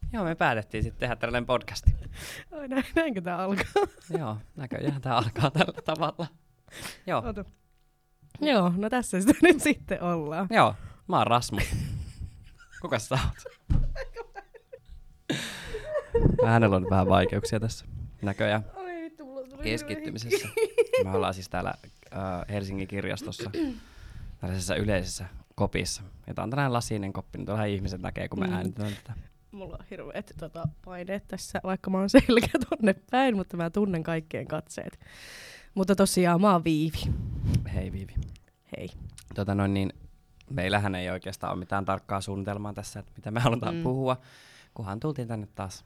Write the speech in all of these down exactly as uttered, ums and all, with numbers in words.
Joo, me päätettiin sitten tehdä tällainen podcasti. Oi, näin, näinkö tää alkaa? Joo, näköjään tää alkaa tällä tavalla. Joo. Ota. Joo, no tässä sitä nyt sitten ollaan. Joo, mä oon Rasmus. Kukas sä oot? Hänellä on vähän vaikeuksia tässä näköjään Oi vittu, mulla tuli keskittymisessä. Me ollaan siis täällä äh, Helsingin kirjastossa, tällaisessa yleisessä kopissa. Ja tää on tällainen lasinen koppi, niin tuolla ihmiset näkee, kun me mm. äänitetään tätä. Mulla on hirveät tota, paineet tässä, vaikka mä oon selkä tonne päin, mutta mä tunnen kaikkien katseet. Mutta tosiaan mä oon Viivi. Hei Viivi. Hei. Tota noin, niin meillähän ei oikeastaan ole mitään tarkkaa suunnitelmaa tässä, että mitä me halutaan mm. puhua, kunhan tultiin tänne taas.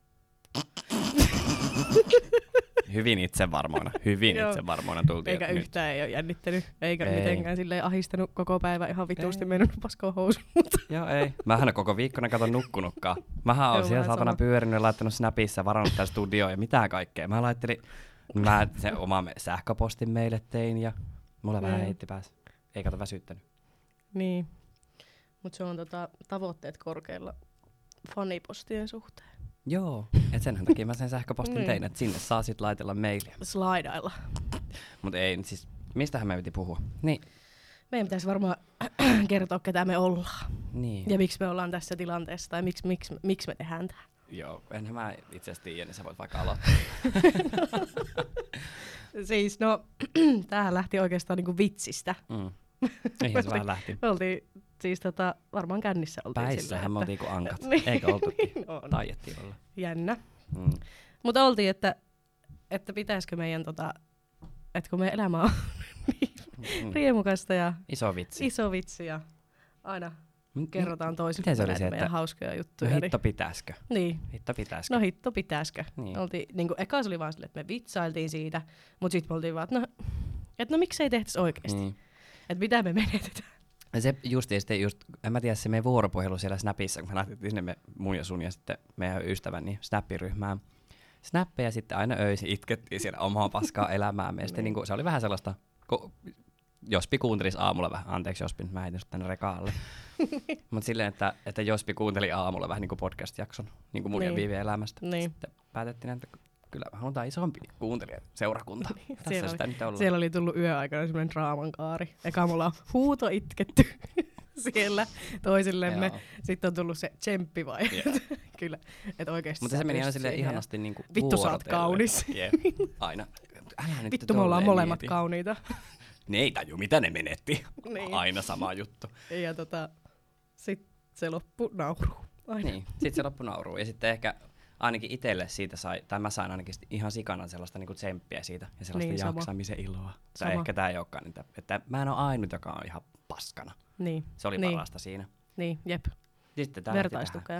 Hyvin itsevarmoina, hyvin itsevarmoina tultiin. Eikä yhtään nyt. Ei ole jännittänyt, eikä ei. Mitenkään silleen ahistanut koko päivä ihan vituusti mennyt paskoon housuun. Joo, ei. Mähän koko viikkona katon nukkunutkaan. Mähän oon siellä saatana pyörinyt ja laittanut Snapissa, varannut tää studioon ja mitään kaikkea. Mä laittelin, mä sen oman sähköpostin meille tein ja mulla vähän heitti päässä. Ei kato väsyttänyt. Niin, mut se on tota, tavoitteet korkealla fanipostien suhteen. Joo, et senhän takia mä sen sähköpostin niin. tein, että sinne saa sit laitella mailia. Slaidailla. Mut ei, siis mistähän me piti puhua? Niin. Meidän pitäisi varmaan kertoa, ketä me ollaan. Niin. Ja miksi me ollaan tässä tilanteessa, tai miksi, miksi, miksi me tehdään tää. Joo, enhän mä itse asiassa tiedä, niin sä voit vaikka aloittaa. Siis no, tämähän lähti oikeastaan niinku vitsistä. Mm. Eihän se vähän lähti. Me oltiin siis tota, varmaan kännissä oltiin Päissähän silleen, me oltiin kuin ankat. Niin. Eikä oltukin. No, Taiettiin olla. Jännä. Mm. Mutta oltiin, että, että pitäisikö meidän, tota, että kun meidän elämä on niin mm. riemukasta ja iso vitsi. iso vitsi ja aina M- kerrotaan toisille se näitä se, meidän hauskoja juttuja. No hitto pitäisikö? Niin. Hitto pitäisikö? No hitto pitäisikö? Niin. Oltiin, niin kuin, eka se oli vaan silleen, että me vitsailtiin siitä, mutta sitten me oltiin vaan, että no, et no miksei tehtäisi oikeasti? Niin. Että mitä me menetetään? Ja se justiin sitten just, en mä tiedä, se meidän vuoropuhelu siellä Snapissa, kun me laitettiin sinne me, mun ja sun ja sitten meidän ystävän niin Snappiryhmään. Snappeja sitten aina öisin itkettiin siellä omaa paskaa elämää. Ja sitten niinku, se oli vähän sellaista, kun Jospi kuuntelisi aamulla vähän, anteeksi Jospi, nyt mä heitin sut tänne rekaalle. Mutta silleen, että, että Jospi kuunteli aamulla vähän niin kuin podcast-jakson, niin kuin mun niin. ja Viivien elämästä. Niin. Sitten päätettiin, että kyllä halutaan isompi kuuntelija seurakunta. Niin, Tässä siellä, sitä oli, nyt ollaan. siellä oli tullut yöaikana semmoinen draaman kaari. Eka mulla on huuto itketty siellä toisillemme. Sitten on tullut se tsemppivaihe. Yeah. Kyllä, että oikeesti. Mutta se meni aina silleen ihanasti niinku vittu sä oot kaunis. Yeah. Aina. Älä nyt vittu me ollaan molemmat mieti. Kauniita. Ne ei taju, mitä ne menetti. Niin. Aina sama juttu. Ja tota, sit se loppu nauruu. Aina. Niin, sit se loppu nauruu. Ja sitten ehkä ainakin itselle siitä sai, tai mä sain ainakin ihan sikana sellaista niinku tsemppiä siitä ja sellaista niin, jaksamisen iloa. Tai ehkä tää ei olekaan niitä, että mä en ole ainut, joka on ihan paskana. Niin. Se oli niin. parasta siinä. Niin, jep. Sitten vertaistukea.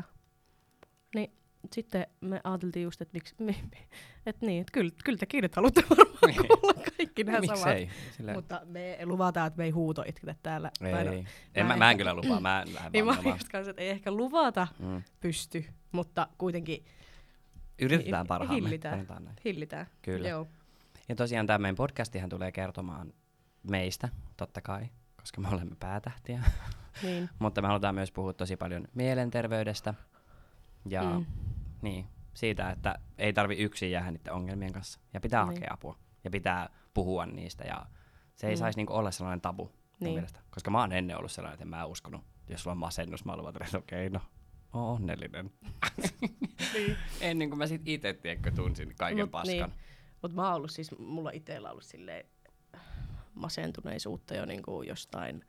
Niin, sitten me ajateltiin just, että miksi, me, et niin, et kyllä, kyllä tekin nyt haluatte varmaan niin. olla kaikki nämä no, samat. Silleen. Mutta me luvataan, että me ei huuto itketä täällä. Ei, tai no, en, mä, mä, mä en kyllä lupaa, mä en lähde niin vaan mä just kanssa, että ei ehkä luvata mm. pysty, mutta kuitenkin yritetään hi- parhaamme. Hillitään. Hillitään. Kyllä. Joo. Ja tosiaan tämä meidän podcastihan tulee kertomaan meistä, totta kai, koska me olemme päätähtiä. Niin. Mutta me halutaan myös puhua tosi paljon mielenterveydestä ja mm. niin, siitä, että ei tarvi yksin jäädä niiden ongelmien kanssa. Ja pitää niin. hakea apua ja pitää puhua niistä. Ja se ei mm. saisi niinku olla sellainen tabu niin. mielestä. Koska mä oon ennen ollut sellainen, että en mä uskonut. Jos sulla on masennus, mä luvan, että okei, okay, no, oon onnellinen. niin. Ennen kuin mä sit ite tiedätkö tunsin kaiken Mut, paskan. Niin. Mut mä oon ollut siis, mulla itsellä ollut silleen masentuneisuutta jo niinku jostain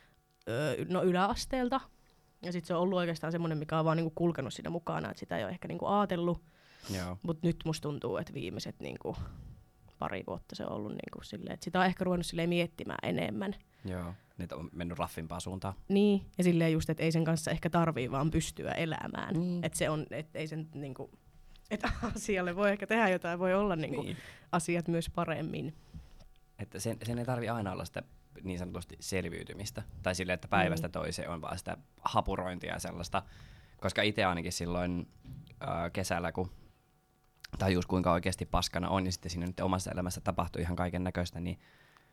öö, no yläasteelta. Ja sit se on ollut oikeastaan semmoinen, mikä on vaan niinku kulkenut siinä mukana, että sitä ei ole ehkä niinku ajatellut. Mut nyt musta tuntuu, että viimeiset niinku pari vuotta se on ollut niinku silleen, että sitä on ehkä ruvennut silleen miettimään enemmän. Joo, niitä on mennyt raffimpaan suuntaan. Niin, ja silleen just, että ei sen kanssa ehkä tarvii vaan pystyä elämään. Mm. Että se on, että ei sen niinku, että asialle voi ehkä tehdä jotain, voi olla niinku niin. asiat myös paremmin. Että sen, sen ei tarvi aina olla sitä niin sanotusti selviytymistä. Tai silleen, että päivästä mm. toiseen on vaan sitä hapurointia ja sellaista. Koska itse ainakin silloin äh, kesällä, kun tajus kuinka oikeasti paskana on, ja sitten siinä nyt omassa elämässä tapahtui ihan kaiken näköistä, niin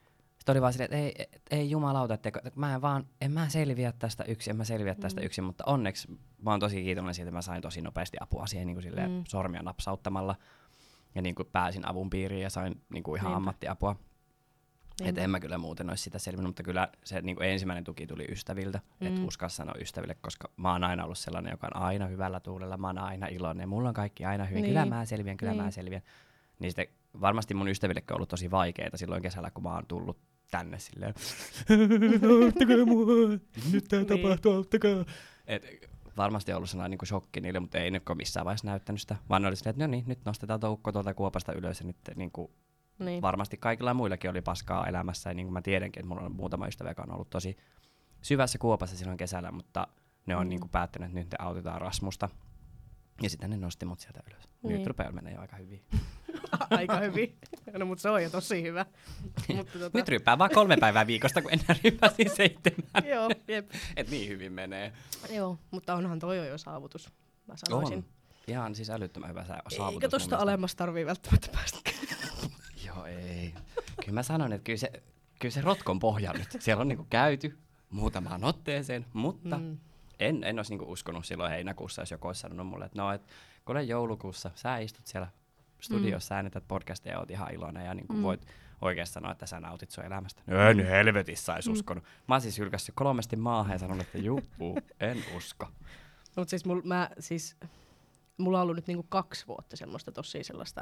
Sitten oli vaan silleen, että ei, ei jumalauta, että mä en vaan, en mä selviä tästä yksin, en mä selviä mm. tästä yksin, mutta onneksi mä oon tosi kiitollinen siitä, että mä sain tosi nopeasti apua siihen niin kuin silleen mm. sormia napsauttamalla. Ja niin kuin pääsin avun piiriin ja sain niin kuin ihan Niinpä. ammattiapua. Että en mä kyllä muuten olisi sitä selvinnyt, mutta kyllä se niin kuin ensimmäinen tuki tuli ystäviltä. Mm. Että uskaa sanoa ystäville, koska mä oon aina ollut sellainen, joka on aina hyvällä tuulella, mä oon aina iloinen, mulla on kaikki aina hyvin, niin. kyllä mä selviän, kyllä niin. mä selviän. Niin sitten varmasti mun ystävillekin on ollut tosi vaikeaa silloin kesällä, kun mä oon tullut tänne silleen, auttakaa mua, nyt tää niin. tapahtuu, auttakaa. Et varmasti on ollut sellainen niin kuin shokki niille, mutta ei nyt ole missään vaiheessa näyttänyt sitä, vaan ne oli silleen, että no niin, nyt nostetaan toukko tuolta kuopasta ylös ja nyt niin kuin niin. varmasti kaikilla muillakin oli paskaa elämässä ja niin kuin mä tiedänkin, että mulla on muutama ystävä, joka on ollut tosi syvässä kuopassa silloin kesällä, mutta ne on mm. niin kuin päättänyt, että nyt te autetaan Rasmusta. Ja sitten ne nosti mut sieltä ylös. Niin. Nyt rupeaa menee jo aika hyvin. Aika hyvin. No mut se on jo tosi hyvä. Mutta tota... Nyt ryppää vaan kolme päivää viikosta, kun enää ryppäsin seitsemän. Joo, jep. Et niin hyvin menee. Joo, mutta onhan toi jo saavutus, mä sanoisin. On. Ihan siis älyttömän hyvä saavutus. Eikä tosta alemmasta tarvii välttämättä päästä. Joo, ei. Kyllä mä sanon, että kyllä se, kyllä se rotkon pohja nyt. Siellä on niinku käyty muutamaan otteeseen, mutta... Mm. En, en olisi niinku uskonut silloin heinäkuussa, jos joku olisi sanonut mulle, että no, et, kun olen joulukuussa, sä istut siellä studiossa, mm. äänität podcastia ja oot ihan iloinen ja niinku mm. voit oikeasti sanoa, että sä nautit sun elämästä. No en helvetissä olisi mm. uskonut. Mä oon siis hylkässyt kolmesti maahan ja sanonut, että juu, en usko. Mut siis, mul, mä, siis mulla on ollut nyt niinku kaksi vuotta semmoista tosi sellaista,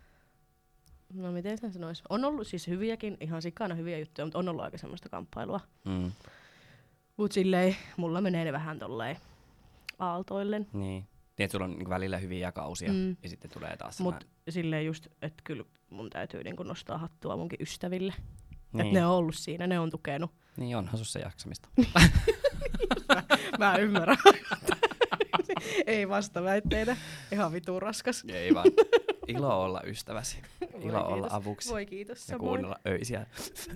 no miten sen sanoisi, on ollut siis hyviäkin, ihan sikana hyviä juttuja, mutta on ollut aika semmoista kamppailua. Mm. Mut silleen, mulla menee ne vähän tolleen aaltoillen. Niin. Niin, että sulla on niinku välillä hyviä kausia mm. ja sitten tulee taas Mut sellainen... silleen just, että kyllä mun täytyy niinku nostaa hattua munkin ystäville. Niin. Että ne on ollut siinä, ne on tukenut. Niin onhan sussa jaksamista. mä, mä ymmärrän. Ei vasta väitteitä. Ihan vitun raskas. Ei vaan. Ilo olla ystäväsi. Ilo Voi olla avuksi. Voi kiitos. Ja samoin. kuunnella öisiä.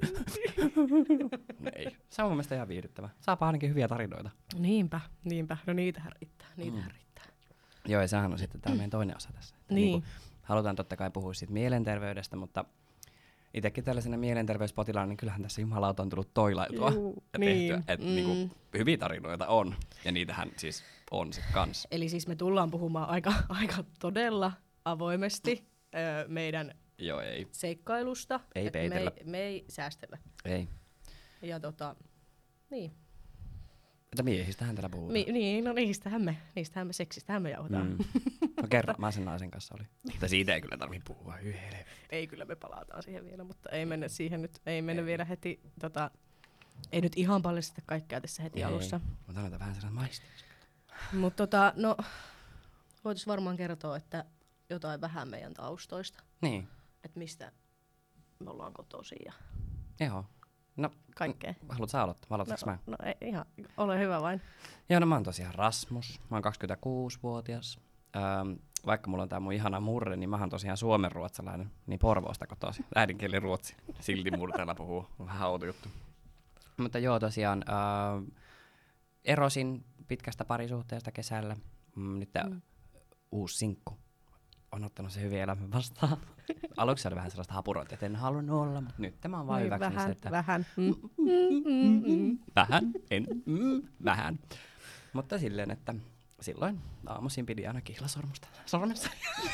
Ei. Se on mun mielestä ihan viihdyttävää. Saapa ainakin hyviä tarinoita. Niinpä, niinpä. No niitähän riittää. Niitähän mm. riittää. Joo, ja sehän on sitten tämä meidän toinen osa tässä. Niin. Niin halutaan totta kai puhua siitä mielenterveydestä, mutta itsekin tällaisena mielenterveyspotilaana, niin kyllähän tässä jumalauta on tullut toilailtua Juu, ja niin. tehtyä. Että mm. niinku, hyviä tarinoita on, ja niitähän siis on se kans. Eli siis me tullaan puhumaan aika, aika todella avoimesti öö, meidän Joo, ei. seikkailusta. Ei peitellä. Me, me ei säästellä. Ei. Ja tota, niin. Että miehistähän täällä puhutaan. Mi- niin, no niistähän me, niistähän me seksistähän me jauhotaan. Mm. No kerran, mä sen naisen kanssa oli. Mutta siitä ei kyllä tarvitse puhua yhdelle. Ei, kyllä me palataan siihen vielä, mutta ei mennä siihen nyt, ei mennä ei. vielä heti, tota, ei nyt ihan paljasteta kaikkea tässä heti ei. alussa. Mutta annetaan vähän sellainen maisteeksi. Mutta tota, no, voitais varmaan kertoa, että jotain vähän meidän taustoista. Niin. Että mistä me ollaan kotoisin ja Joo. No, kaikkea. Haluatko sä aloittaa? Aloitatko no, mä? No ei, ihan, ole hyvä vain. Joo, no mä oon tosiaan Rasmus. Mä oon kaksikymmentäkuusivuotias. Ähm, vaikka mulla on tää mun ihana murre, niin mä oon tosiaan suomenruotsalainen. Niin Porvoosta kotoisin. Äidinkieli ruotsi. Silti murteella puhuu. Vähän outo juttu. Mutta joo, tosiaan äh, erosin pitkästä parisuhteesta kesällä. Mm, nyt mm. uusi sinkku on ottanut se hyvin elämän vastaan. Aluksi oli vähän sellaista hapurointia, että en halunnut olla, mutta nyt tämä on vaan niin, hyväksynyt vähän, että... Vähän, mm, mm, mm, mm, vähän, en, mm, vähän. Mutta silleen, että silloin aamuisin pidi aina kihlasormusta sormessa.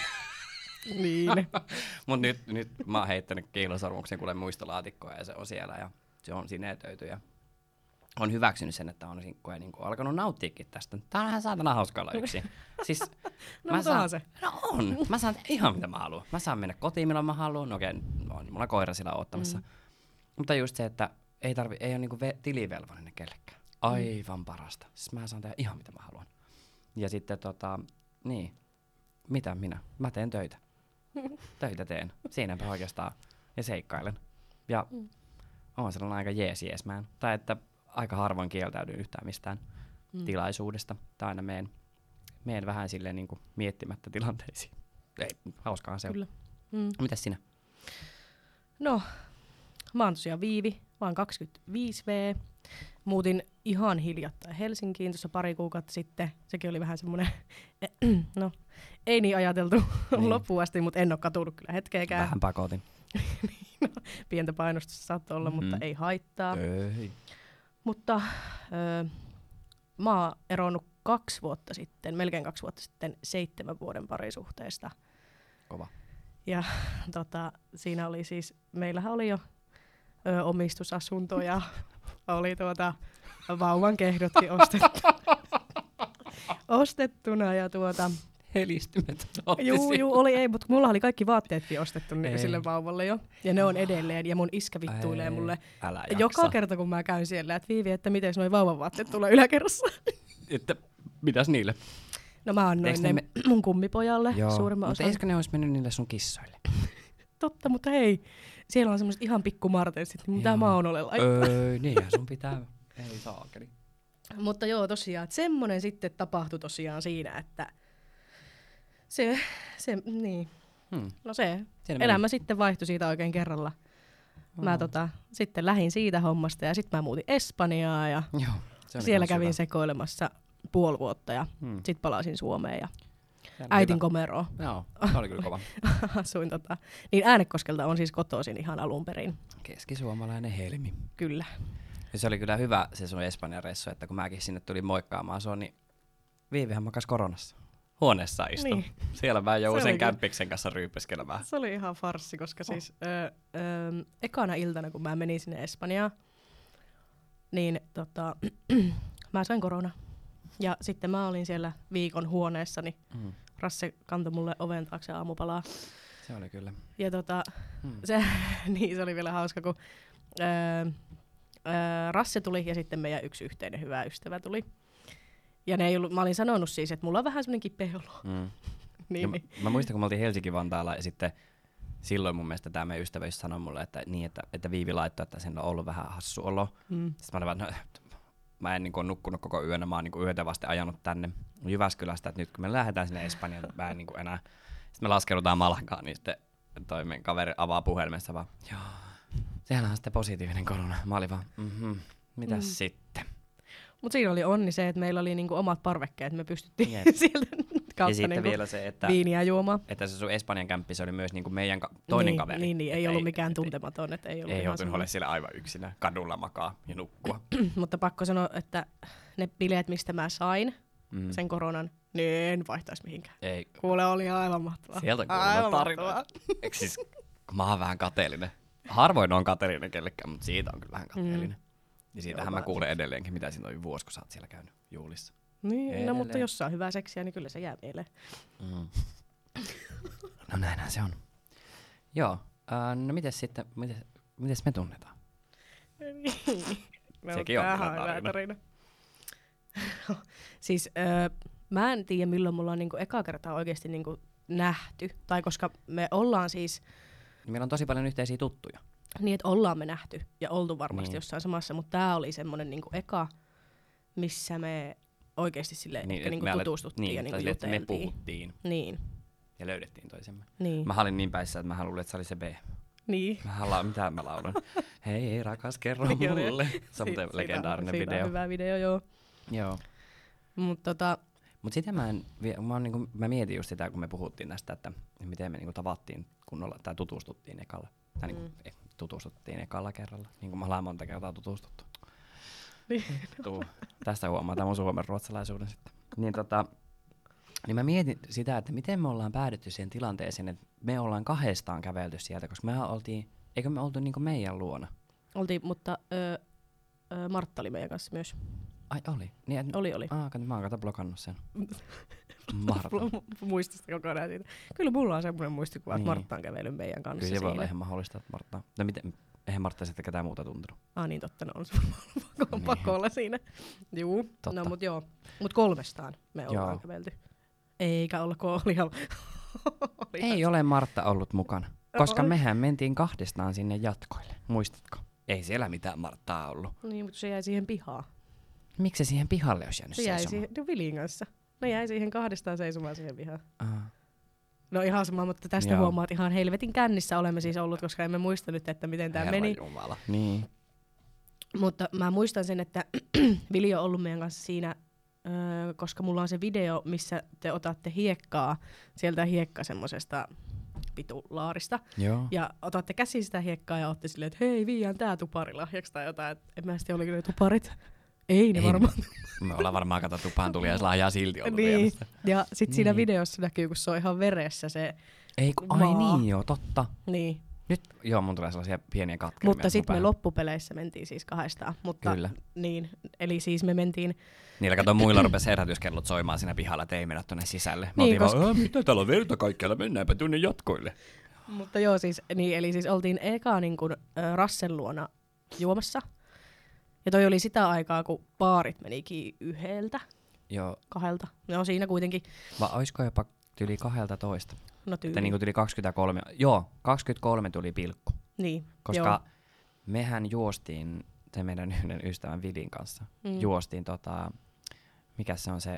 Niin. Mutta nyt, nyt mä oon heittänyt kihlasormuksen kuule muistolaatikkoa ja se on siellä ja se on sinetöity ja on hyväksynyt sen, että on sinkkuja niin alkanut nauttiikin tästä. Tää on ihan saatana hauska olla yksin. Siis, no mä saan, se. No on. Mä saan ihan mitä mä haluan. Mä saan mennä kotiin milloin mä haluan. Okei, on mulla koira siellä oottamassa. Mm. Mutta just se, että ei, tarvi, ei ole niinku ve- tilivelvollinen kellekään. Aivan mm. parasta. Siis mä saan tehdä ihan mitä mä haluan. Ja sitten tota, niin. Mitä minä? Mä teen töitä. Töitä teen. Siinäpä oikeastaan. Ja seikkailen. Ja mm. on sellainen aika jees jees man. Tai että aika harvoin kieltäydyn yhtään mistään mm. tilaisuudesta. Tai aina meen, meen vähän silleen niin kuin miettimättä tilanteisiin. Ei, hauskahan se on. Mm. Mitäs sinä? No, mä oon tosiaan Viivi. Mä oon kaksikymmentäviisi vuotias. Muutin ihan hiljattain Helsinkiin tuossa pari kuukautta sitten. Sekin oli vähän semmoinen, no ei niin ajateltu niin. loppuun asti, mutta en ole katunut kyllä hetkeäkään. Vähän pakotin. no, pientä painostusta saattoi olla, mm-hmm. mutta ei haittaa. Ei. Mutta öö, mä oon eronnut kaksi vuotta sitten, melkein kaksi vuotta sitten, seitsemän vuoden parisuhteesta. Kova. Ja tota, siinä oli siis, meillähän oli jo ö, omistusasunto ja oli tuota vauvan kehdotkin ostettu, ostettuna ja tuota... Helistymet. Juu, juu, oli ei, mutta mulla oli kaikki vaatteetkin ostettu niin sille vauvalle jo. Ja ne on edelleen, ja mun iskä vittuilee mulle joka kerta, kun mä käyn siellä, että Viivi, että miten noi vauvan vaatteet tulee yläkerrassa. Että mitäs niille? No mä annoin ne me... mun kummipojalle suurimman osan. Mutta eiskö ne olisi mennyt niille sun kissoille? Totta, mutta hei, siellä on semmoiset ihan pikku martenssit, mitä mä oon ole laittaa. Öö, niinhän sun pitää. Ei saakeli. Mutta joo, tosiaan, että semmonen sitten tapahtui tosiaan siinä, että se, se, niin. Hmm. No se, Siinä elämä meni. Sitten vaihtui siitä oikein kerralla. Oh. Mä tota, sitten lähdin siitä hommasta ja sitten mä muutin Espanjaan ja joo, siellä kävin hyvä. sekoilemassa puoli vuotta ja hmm. sitten palasin Suomeen ja äitin komeroon. Joo, se oli kyllä kova. Asuin tota, niin Äänekoskelta on siis kotoisin ihan alun perin. Keskisuomalainen helmi. Kyllä. Ja se oli kyllä hyvä se sun Espanjan reissu, että kun mäkin sinne tulin moikkaamaan sua, niin Viivihän makas koronassa. Huoneessa istui. Niin. Siellä mä jouduin sen kämppiksen kanssa ryyppeskelemään. Se oli ihan farssi, koska oh. siis ö, ö, ekana iltana, kun mä menin sinne Espanjaan, niin tota, mä sain korona. Ja sitten mä olin siellä viikon huoneessani. Mm. Rasse kantoi mulle oven taakse aamupalaa. Se oli kyllä. Ja tota, mm. se, niin se oli vielä hauska, kun ö, ö, Rasse tuli ja sitten meidän yksi yhteinen hyvä ystävä tuli. Ja ne ei ollut, mä olin sanonut siis, että mulla on vähän semmoinen kipeä olo. Mm. niin, mä, niin. mä muistan, kun me oltiin Helsinki-Vantaalla ja sitten silloin mun mielestä tämä meidän ystävä sanoi mulle, että, niin, että, että Viivi laittoi, että sen on ollut vähän hassu olo. Mm. Sitten mä olin vaan, no, mä en niin kuin, ole nukkunut koko yönä, mä oon niin kuin, yötä vasta ajanut tänne Jyväskylästä, että nyt kun me lähdetään sinne Espanjaan, mä en niin kuin, enää. Sitten me laskeudutaan Malagaan, niin sitten toi meidän kaveri avaa puhelimessa vaan, joo, sehän on sitten positiivinen korona. Mä olin vaan, mhm, mitäs mm. sitten? Mutta siinä oli onni se, että meillä oli niinku omat parvekkeet, me pystyttiin yep. sieltä kautta ja sitten niinku vielä se, että viiniä juomaan. Että se sun Espanjan kämppi, se oli myös niinku meidän ka- toinen niin, kaveri. Niin, niin ei ollut mikään ei, tuntematon. Että ei ei joutunut olemaan siellä aivan yksinä, kadulla makaa ja nukkua. Mutta pakko sanoa, että ne bileet, mistä mä sain mm. sen koronan, niin en vaihtaisi mihinkään. Ei. Kuule, oli aivan mahtavaa. Sieltä kuuluu tarina. Eikö siis, kun mä oon vähän kateellinen. Harvoin on kateellinen kellekään, mutta siitä on kyllä vähän kateellinen. Mm. Ja siitähän mä kuulen edelleenkin, mitä siinä on vuosi, kun sä oot siellä käynyt juhlissa. Niin, edelleen. No mutta jos saa hyvää seksiä, niin kyllä se jää mieleen. Mm. No näinhän se on. Joo, uh, no mites sitten, mites, mites me tunnetaan? No, sekin on kyllä tarina. tarina. Siis uh, mä en tiedä, milloin mulla on niinku eka kertaa oikeesti niinku nähty. Tai koska me ollaan siis... Meillä on tosi paljon yhteisiä tuttuja. Niin, että ollaan me nähty ja oltu varmasti niin. jossain samassa, mutta tää oli semmonen niinku eka, missä me oikeesti silleen niin, niinku tutustuttiin niin, ja niinku juteltiin. Me puhuttiin. Niin. Ja löydettiin toisemme. Niin. Mä olin niin päissä, että mä luulin, että se oli se B. Niin. Mä haluan, mitä mä laulan? Hei, hei, rakas, kerro mulle. Se on muuten legendaarinen siitä video. On hyvä video, joo. Joo. Mut tota... Mut sitä mä en, mä, niinku, mä mietin just sitä, kun me puhuttiin tästä, että miten me niinku tavattiin kunnolla, tai tutustuttiin ekalla. Tai niinku, mm. tutustuttiin ekalla kerralla, niin kuin me ollaan monta kertaa tutustuttu. Niin. Tuu, tästä huomaa tämän suomen ruotsalaisuuden sitten. Niin, tota, niin mä mietin sitä, että miten me ollaan päädytty siihen tilanteeseen, että me ollaan kahdestaan kävelty sieltä, koska me oltiin, eikö me oltu niinku meidän luona? Oltiin, mutta ö, ö, Martta oli meidän kanssa myös. Ai oli? Niin, et, oli, oli. Aa, mä oon kato blokannut sen. Martta. Muistista kokonaan siitä. Kyllä mulla on semmoinen muistikuva, että niin. Martta on kävellyt meidän kanssa. Kyllä se voi olla siinä. Ihan mahdollista, että Martta... No miten, eihän Martta sitten ketään muuta tuntunut. Ah niin, totta, no on se pakko, pakko olla siinä. Juu, totta. No mut joo. Mut kolmestaan me ollaan joo. kävelty. Eikä olla, kun oli ihan... Ei ole Martta ollut mukana, koska Oi. mehän mentiin kahdestaan sinne jatkoille. Muistatko? Ei siellä mitään Marttaa ollut. Niin, mutta se jäi siihen pihaan. Miksi se siihen pihalle olisi jäänyt se jäi seisomaan? Siihen, no Vilin kanssa. Ne jäi siihen kahdestaan seisomaan siihen pihaan. Aha. No ihan sama, mutta tästä joo. huomaat ihan helvetin kännissä olemme siis ollut, koska emme muista nyt, että miten tämä meni. Jumala. Niin. Mutta mä muistan sen, että Vili on ollut meidän kanssa siinä, öö, koska mulla on se video, missä te otatte hiekkaa sieltä hiekka semmosesta vitu laarista. Joo. Ja otatte käsiin sitä hiekkaa ja ootte silleen, että hei, viiään tää tuparilahjaksi tai jotain. Et en mä sitten, oliko ne tuparit? Ei ne Ei, varmaan. Me, me ollaan varmaan kato tupaan tuli ja lahjaa silti ollut niin. viemästä. Ja sit niin. siinä videossa näkyy, kun se on ihan veressä se Ei, ai maa. Niin joo, totta. Niin. Nyt, joo, mun tulee sellaisia pieniä katkelmia. Mutta sitten me loppupeleissä mentiin siis kahdestaan. Mutta, Kyllä. Niin, eli siis me mentiin... Niillä kato muilla rupesi herätyskellot soimaan siinä pihalla, että ei mennä tonne sisälle. Me niin, koska... vaan, mitä täällä on verta kaikkialla, mennäänpä tunne jatkoille. Mutta joo, siis, niin, eli siis oltiin eka niin kuin, äh, Rassen luona juomassa. Ja toi oli sitä aikaa, kun baarit menikin yhdeltä, joo. kahdelta. No siinä kuitenkin. Vai oisko jopa yli kahdelta toista? No tyyli. Tai niinku tuli kaksikymmentäkolme. Joo, kaksikymmentäkolme tuli pilkku. Niin, koska joo. mehän juostiin, se meidän yhden ystävän Vilin kanssa, mm. juostiin tota, mikä se on se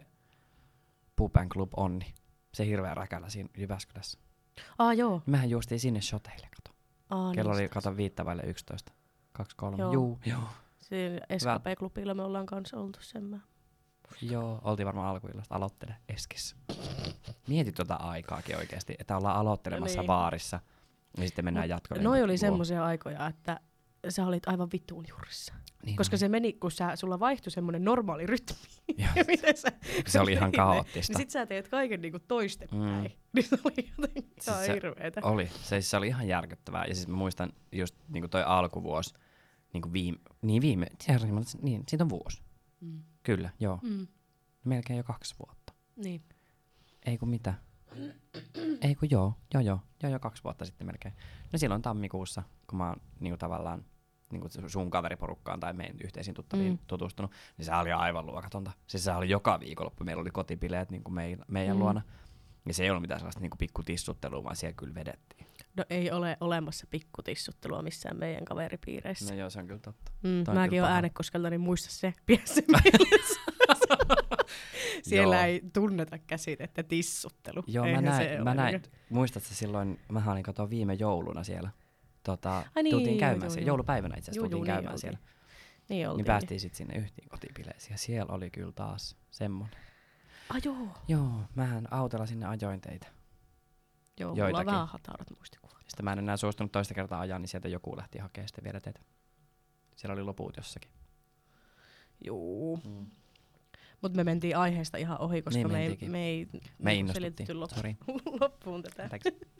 Pub and Club Onni. Se hirveä räkälä siinä Jyväskylässä. Aa joo. Mehän juostiin sinne shoteille, kato. Aa, kello niin oli, kato, viittä vaille yksitoista. Kaksi, kolme. Joo. Juu, joo. Siinä Escape-klubilla me ollaan kanssa oltu sen mä. Joo, oltiin varmaan alkuillasta aloittele Eskissä. Mieti tuota aikaakin oikeesti, että ollaan aloittelemassa niin. baarissa ja sitten mennään jatkoon. Noi oli semmoisia aikoja, että sä olit aivan vittuun juurissa. Niin koska oli. Se meni, kun sä, sulla vaihtui semmoinen normaali rytmi. ja miten sä, se oli ihan kaoottista. Niin sit sä teet kaiken niinku toistepäin. Mm. Niin se oli jotenkin siis ihan hirveetä. Oli, se, se oli ihan järkyttävää. Ja siis mä muistan just niinku toi alkuvuosi, niinku viime, niin viime, niin siitä on vuosi. Mm. Kyllä, joo. Mm. Melkein jo kaksi vuotta. Niin. Ei kun mitä? Ei kun joo, joo joo, joo jo kaksi vuotta sitten melkein. No silloin tammikuussa, kun mä oon niinku tavallaan niinku sun kaveriporukkaan tai meidän yhteisiin tuttaviin mm. tutustunut, niin se oli aivan luokatonta. Siis se oli joka viikonloppu, meillä oli kotipileet niinku meidän, meidän mm. luona. Ja se ei ollut mitään sellaista niinku pikkutissuttelua, vaan siellä kyllä vedettiin. No ei ole olemassa pikkutissuttelua missään meidän kaveripiireissä. No joo, se on kyllä totta. Mm, mäkin oon Äänekoskelta, niin muista se, pidä se mielessä. Siellä joo. ei tunneta käsitettä tissuttelu. Joo, Eihän mä näin, mä näin. Muistatko silloin, mähän olin katoa viime jouluna siellä. Tota, niin, tultiin käymään joo, siellä. Joo. Joulupäivänä itse asiassa tultiin niin käymään niin siellä. Niin, niin päästiin sitten sinne yhteen kotipileisiin. Ja siellä oli kyllä taas semmonen. Ah joo. Joo, mähän autolla sinne ajoin teitä. Joo, mulla on vähän hatarat muistikuvat. Sitten mä en enää suostunut toista kertaa ajaa, niin sieltä joku lähti hakemaan sitten vielä teitä. Siellä oli loput jossakin. Joo. Mm. Mutta me mentiin aiheesta ihan ohi, koska niin me, ei, me ei me niin selitetty loppuun, loppuun tätä.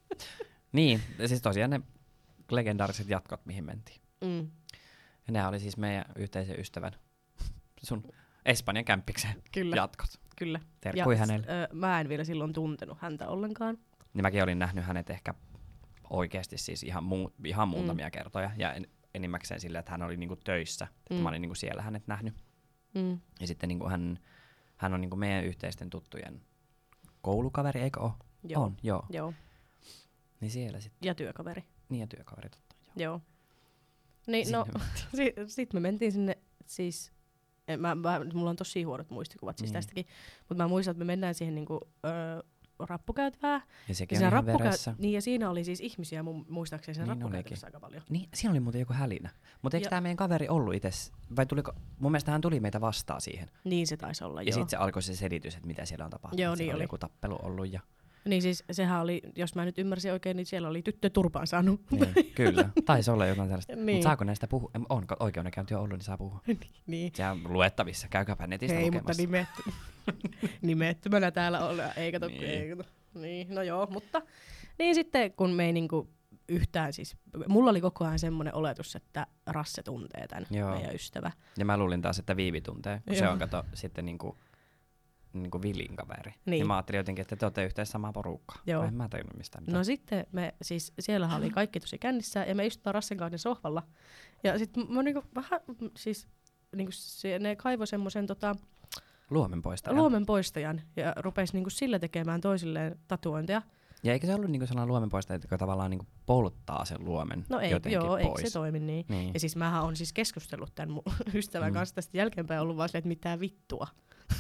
Niin, siis tosiaan ne legendaariset jatkot, mihin mentiin. Mm. Ja nämä oli siis meidän yhteisen ystävän, sun Espanjan kämppiksen Kyllä. jatkot. Kyllä. Terkkui ja hänelle. Ö, mä en vielä silloin tuntenut häntä ollenkaan. Niin mäkin olin nähnyt hänet ehkä oikeasti siis ihan, muu, ihan muutamia mm. kertoja. Ja en, enimmäkseen silleen, että hän oli niinku töissä. Mm. Että mä olin niinku siellä hänet nähnyt. Mm. Ja sitten niinku hän, hän on niinku meidän yhteisten tuttujen koulukaveri, eikö ole? Joo. On, joo. joo. Niin siellä sitten. Ja työkaveri. Niin ja työkaveri, totta. Joo. joo. Niin no, si- sit me mentiin sinne siis, mä, mä, mulla on tosi huonot muistikuvat siis mm. tästäkin, mutta mä muistan, että me mennään siihen niinku, öö, rappukäytävää. Ja sekin on ihan rappukä- veressä. Niin ja siinä oli siis ihmisiä mun muistaakseni siinä niin rappukäytävässä aika paljon. Niin, siinä oli muuten joku hälinä. Mutta eikö tää meidän kaveri ollut itse, vai tuliko, mun mielestä hän tuli meitä vastaan siihen. Niin se taisi olla, ja joo. Ja sitten se alkoi se selitys, että mitä siellä on tapahtunut. Joo, niin oli. oli joku tappelu ollut ja... Niin siis sehän oli, jos mä nyt ymmärsin oikein, niin siellä oli tyttö turpaan saanut. Niin, kyllä, taisi olla jotain sellaista. Niin. Mutta saako näistä puhua? On oikeudenkäynti on ollut, niin saa puhua. niin. Se on luettavissa, käykääpä netistä Hei, lukemassa. Hei, mutta nimetty, nimettömänä täällä ollaan, ei kato, niin. ei kato. Niin, no joo, mutta niin sitten kun me ei niinku yhtään siis, mulla oli koko ajan semmoinen oletus, että Rasse tuntee tämän joo. meidän ystävä. Ja mä luulin taas, että Viivi tuntee, kun joo. se on kato sitten niinku, niinku Vilin kaveri. Niin. Ja mä ajattelin jotenkin, että te olette yhteensä samaa porukkaa. Joo. En mä tajunnut mistään mitään. No sitten me siis, siellähän oli kaikki tosi kännissä ja me istutaan Rassen kanssa sohvalla. Ja sit mä niinku vähän, siis niinku se, ne kaivoi semmoisen tota... Luomenpoistajan. Luomenpoistajan ja rupesi niinku sillä tekemään toisilleen tatuointeja. Ja eikö se ollut niinku sellainen luomenpoistaja, joka tavallaan niinku polttaa sen luomen no ei, jotenkin joo, pois? No eikö se toimi niin? niin. Ja siis mähän on siis keskustellut tämän mun ystävän mm. kanssa tästä jälkeenpäin ollut vaan silleen, että mitään vittua.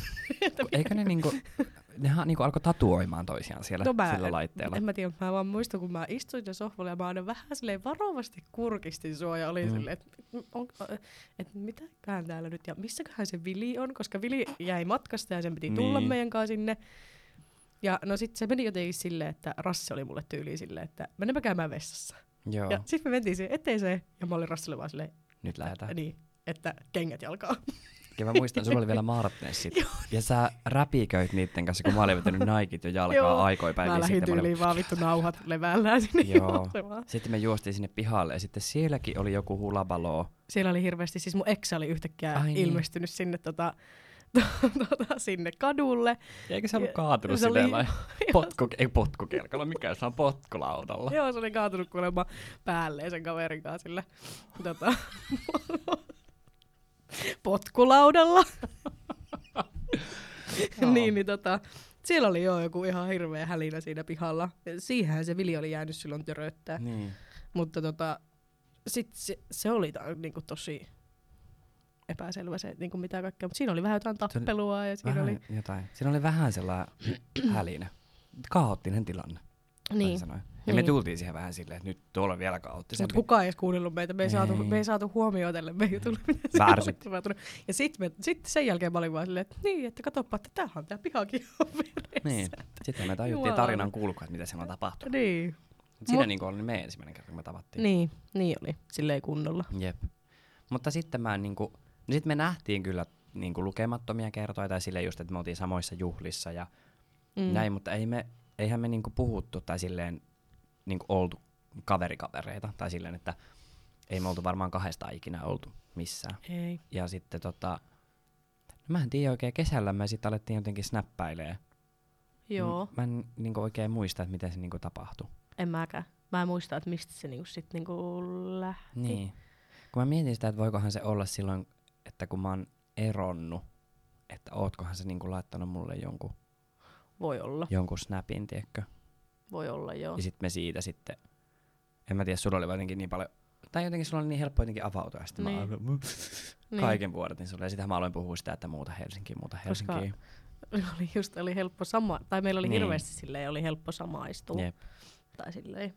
Eikö ne niinku, nehän niinku alkoi tatuoimaan toisiaan siellä no mä, sillä laitteella? En mä tiedä, mä vaan muistan, kun mä istuin ja sohvalla ja mä aina vähän silleen varovasti kurkistin sua ja oli mm. silleen, että et mitäköhän täällä nyt ja missäköhän se Vili on, koska Vili jäi matkasta ja sen piti tulla niin. meidän kanssa sinne. Ja no sit se meni jotenkin silleen, että Rassi oli mulle tyyliin silleen, että mennäpä käymään vessassa. Joo. Ja sit me mentiin siihen eteiseen, ja mä olin Rassille vaan silleen, nyt lähdetään. Niin, että kengät jalkaa. Ja mä muistan, sulla oli vielä martnessit. Ja sä räpiköit niitten kanssa, kun mä olin vetänyt Nikit jo jalkaa aikoipäin. Mä lähdin tyyliin olin... vaan vittu nauhat levällään sinne juoksemaan. Sitten me juostiin sinne pihalle ja sitten sielläkin oli joku hulabalo. Siellä oli hirveästi, siis mun eksä oli yhtäkkiä Ai ilmestynyt niin. sinne tota, tota, sinne kadulle. Ja eikö se ollut kaatunut se oli... potku, ei potkukelkalla, mikä se on potkulaudalla? Joo, se oli kaatunut kuulemma päälleen sen kaverin kanssa sille tota, potkulaudalla. niin, niin tota, siellä oli jo joku ihan hirveä hälinä siinä pihalla. Siihenhän se Vili oli jäänyt silloin töröttää. Niin. Mutta tota, sit se, se oli ta, niinku tosi epäselvä se, niinku mitä kaikkea. Mutta siinä oli vähän jotain tappelua. Ja siinä oli jotain. Siinä oli vähän sellainen hälinä. Kaoottinen tilanne. Niin. Ja niin. me tultiin siihen vähän silleen, että nyt tuolla on vielä kaoottisempi. Mutta kukaan ei edes kuunnellut meitä. Me ei, saatu, me ei saatu huomioon tälle meidän jutulle. Värsytti. Ja sitten sit sen jälkeen mä olin vaan silleen, että niin, että katsoppa, että tämähän tää pihakin on veressä. Niin. Sitten me tajuttiin tarinan kulkua, että mitä siellä on tapahtunut. Niin. Siinä Mut... niin oli meidän ensimmäinen kerta, kun me tavattiin. Niin, niin oli. Silleen kunnolla. Jep. Mutta sitten mä niinku, no sit me nähtiin kyllä niinku lukemattomia kertoja, tai silleen just, että me oltiin samoissa juhlissa ja mm. näin, mutta ei me, eihän me niinku puhuttu tai silleen niinku oltu kaverikavereita, tai silleen, että ei me oltu varmaan kahdesta ikinä oltu missään. Ei. Ja sitten tota, no mä en tiedä oikein, kesällä me sitten alettiin jotenkin snappäilee. Joo. Mä en niinku oikein muista, että miten se niinku tapahtui. En mäkään. Mä en muista, että mistä se niinku sit niinku lähti. Niin. Kun mä mietin sitä, että voikohan se olla silloin, että kun mä oon eronnut, että ootkohan se niinku laittanut mulle jonkun, Voi olla. jonkun snapin, tiedätkö? Voi olla, joo. Ja sitten me siitä sitten, en mä tiedä, sulla oli jotenkin niin paljon, tai jotenkin sulla oli niin helppo jotenkin avautua, ja sitten niin. mä aloin, kaiken vuodatin sulle, ja sitten mä aloin puhua sitä, että muuta Helsinkiin, muuta Helsinkiin. Koska oli just oli helppo sama, tai meillä oli niin. hirveästi silleen, oli helppo samaistua. Jep. Tai silleen.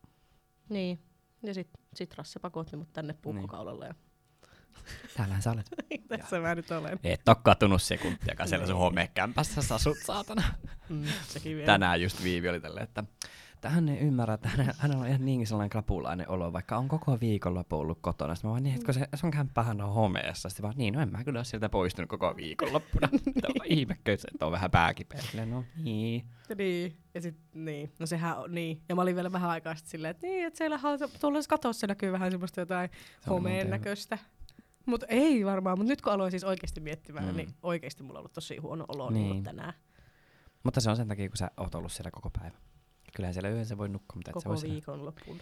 Niin. Ja sit, sit Rasse pakotti mut tänne puukkokaulalle. Ja täällähän sä olet. Tässä mä nyt olen. Et oo katunut sekuntiakaan siellä sun homekämpässä sasut, saatana. Mm, sekin vielä. Tänään just Viivi oli tälleen, että hän ei ymmärrä, että hänellä on ihan niin sellainen krapulainen olo, vaikka on koko viikonloppu ollut kotona. Sitten mä vaan niin, että kun se sun kämppähän on homeessa. Sitten vaan niin, no en mä kyllä ole sieltä poistunut koko viikonloppuna. Tämä on ihmekö, että on vähän pääkipeä. No niin. Niin, ja sit niin, no sehän on niin. Ja mä olin vielä vähän aikaa sitten silleen, että niin, että siellähän on, tuolla katossa näkyy vähän semmoista jotain homeen näköistä. Mutta ei varmaan, mutta nyt kun aloin siis oikeasti miettimään, mm. niin oikeasti mulla on ollut tosi huono olo niin. Niin tänään. Mutta se on sen takia, kun sä oot ollut siellä koko päivä. Kyllähän siellä yhdessä voi nukkua, mutta et koko se voi viikon loppuun.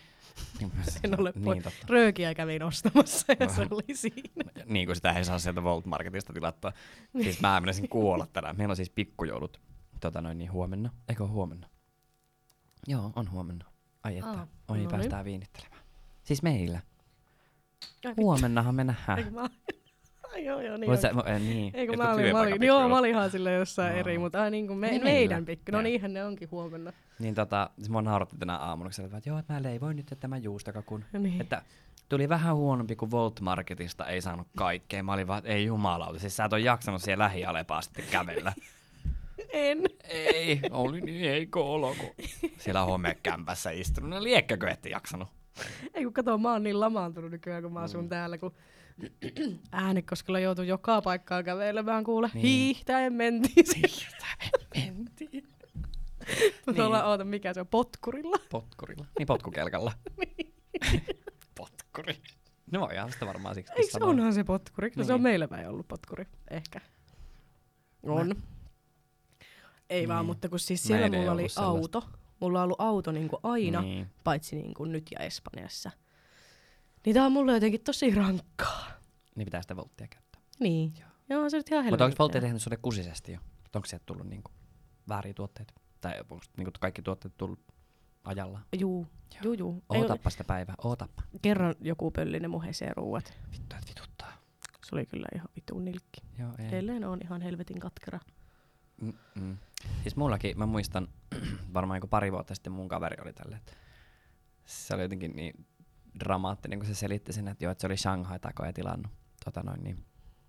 en ole niin, po- röökiä kävin ostamassa ja se oli siinä. Niin kuin sitä ei saa sieltä Volt Marketista tilattua. Siis mä menisin kuolla tänään. Meillä on siis pikkujoulut tota noin niin huomenna. Eikö ole huomenna? Joo, on huomenna. Ai että, ah, oi no päästään niin. viinittelemään. Siis meillä. Ai, huomennahan me nähdään. Eikö mä Joo, joo, niin. Sä, äh, niin. Eikö mä olin, mä olin, joo, mä olin ihan silleen jossain no. eri, mutta äh, niin kuin me, niin meidän pikku. No niinhän ne onkin huomenna. Niin tota, se mua nauratti tänä aamuna, kun että joo, että mä leivoin nyt tämän juustokakun. Niin. Että tuli vähän huonompi kuin Volt Marketista, ei saanut kaikkea. Mä olin vaan, että ei jumalauta, siis sä et ole jaksanut siellä lähialepaa sitten kävellä. En. Ei, oli niin heikko olo, kun siellä homekämpässä istunut. No liekkäkö ette jaksanut? Ei kun kato, mä oon niin lamaantunut nykyään, kun mä asun mm. täällä, kun Äänekoskella joutui joka paikkaan kävelemään, kuule. Niin. Hiihtäen mentiin. Hiihtäen mentiin. Mutta niin. ollaan, oota, mikä se on? Potkurilla? Potkurilla. Niin, potkukelkalla. niin. Potkuri. No ihan sitä varmaan siksi. Eikö se onhan se potkuri? No niin. Se on meillä päin ollut potkuri. Ehkä. On. Mä... Ei niin. vaan, mutta kun siis siellä mulla oli auto. Mulla on ollut auto niinku aina, niin. paitsi niinku nyt ja Espanjassa. Niin tää on mulle jotenkin tosi rankkaa. Niin pitää sitä Volttia käyttää. Niin. Joo, Joo se nyt ihan helvettää. Mutta onko Voltti tehnyt sulle kusisesti jo? Onko sieltä tullut niinku vääriä tuotteita? Tai onko niinku kaikki tuotteet tullut ajalla? Juu. Juu, juu. Ootappa sitä päivää, ootappa. Kerran joku pöllinen muhesee ruuat. Vittu, et vituttaa. Se oli kyllä ihan vitun nilkki. Joo, ei. Edelleen on ihan helvetin katkera. Mm-mm. Siis mullakin, mä muistan, varmaan joku pari vuotta sitten mun kaveri oli tälle, että se oli jotenkin niin dramaattinen, kun se selitti sen, että joo, että se oli Shanghai-takoja tilannut tota noin, niin,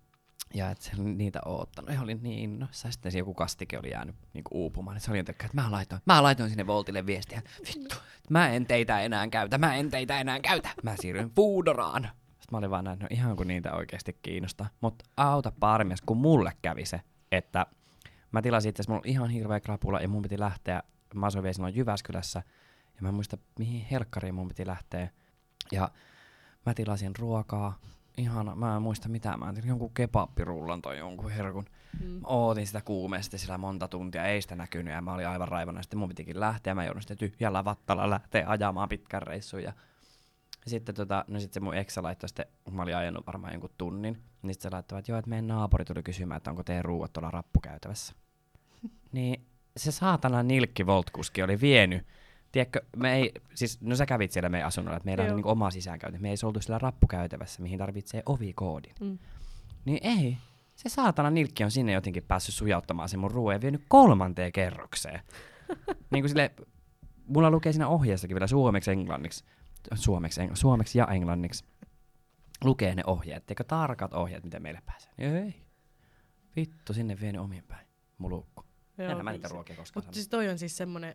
Ja että se oli niitä oottanut ja oli niin innoissaan. Sitten se joku kastike oli jäänyt niinku uupumaan. Ja se oli jotenkin, että mä laitoin, mä laitoin sinne Voltille viestiä. Vittu, mä en teitä enää käytä, mä en teitä enää käytä. Mä siirryin Foodoraan. Sitten mä olin vaan näin, no ihan kun niitä oikeasti kiinnostaa. Mutta auta parmies, kun mulle kävi se, että mä tilasin itse asiassa, mulla oli ihan hirveä krapula ja mun piti lähteä. Mä asuin vielä silloin Jyväskylässä. Ja mä en muista, mihin helkkariin mun piti lähteä. Ja mä tilasin ruokaa. Ihana, mä en muista mitään. Mä tein jonkun kebappirullan tai jonkun herkun. Mm. Mä ootin sitä kuumeesti sillä monta tuntia, ei sitä näkynyt ja mä olin aivan raivona. Sitten mun pitikin lähteä, mä joudun sitten tyhjällä vattalla lähteä ajamaan pitkän reissun. Ja sitten tota, no sit se mun eksä laittoi sitten, kun mä olin ajanut varmaan jonkun tunnin, niin sit se laittoi, että joo, että meidän naapuri tuli kysymään, että onko teidän ruuat tuolla rappukäytävässä. Niin se saatana nilkki Volt-kuski oli vienyt. Tiedätkö, me ei, siis, no sä kävit siellä meidän asunnolla, että meillä on niin oma sisäänkäynti. Me ei oltu siellä rappukäytävässä, mihin tarvitsee ovikoodin. Mm. Niin ei, se saatana nilkki on sinne jotenkin päässyt sujauttamaan sen mun ruoan ja vienyt kolmanteen kerrokseen. Niin kuin sille, mulla lukee siinä ohjeessakin vielä suomeksi, englanniksi, suomeksi, engl- suomeksi ja englanniksi. Lukee ne ohjeet, teikö tarkat ohjeet, miten meille pääsee. Niin ei, vittu, sinne vienyt omin päin, mulukku. Enhän mä niitä ruokia koskaan Mutta siis toi on siis semmonen,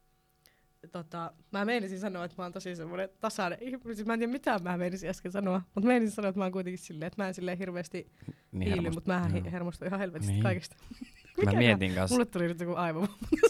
Tota, mä meinasin sanoa, että mä oon tosi semmoinen tasainen ihminen. Siis mä en tiedä mitä mä meinasin äsken sanoa, mutta meinasin sanoa, että mä oon kuitenkin silleen, että mä en silleen hirveästi niin hiili, mutta mähän hi- hermostun ihan helvetisti niin. kaikesta. Mä mietin kanssa. Mulle tuli nyt joku aivan.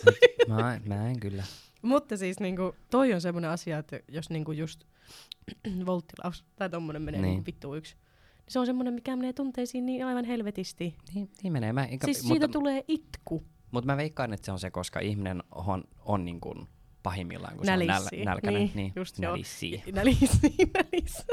mä, mä en kyllä. Mutta siis niinku, toi on semmoinen asia, että jos niinku just volttilaus tai tommonen menee niin. niinku vittu yksi, niin se on semmoinen, mikä menee tunteisiin niin aivan helvetisti. Niin, niin menee. Mä, enkä, siis mutta, siitä tulee itku. Mutta mä veikkaan, että se on se, koska ihminen on, on niin kuin pahimmillaan, kun Nälissi. se on näl, nälkäinen. Niin, niin, just nälissi. Nälissi, nälissi.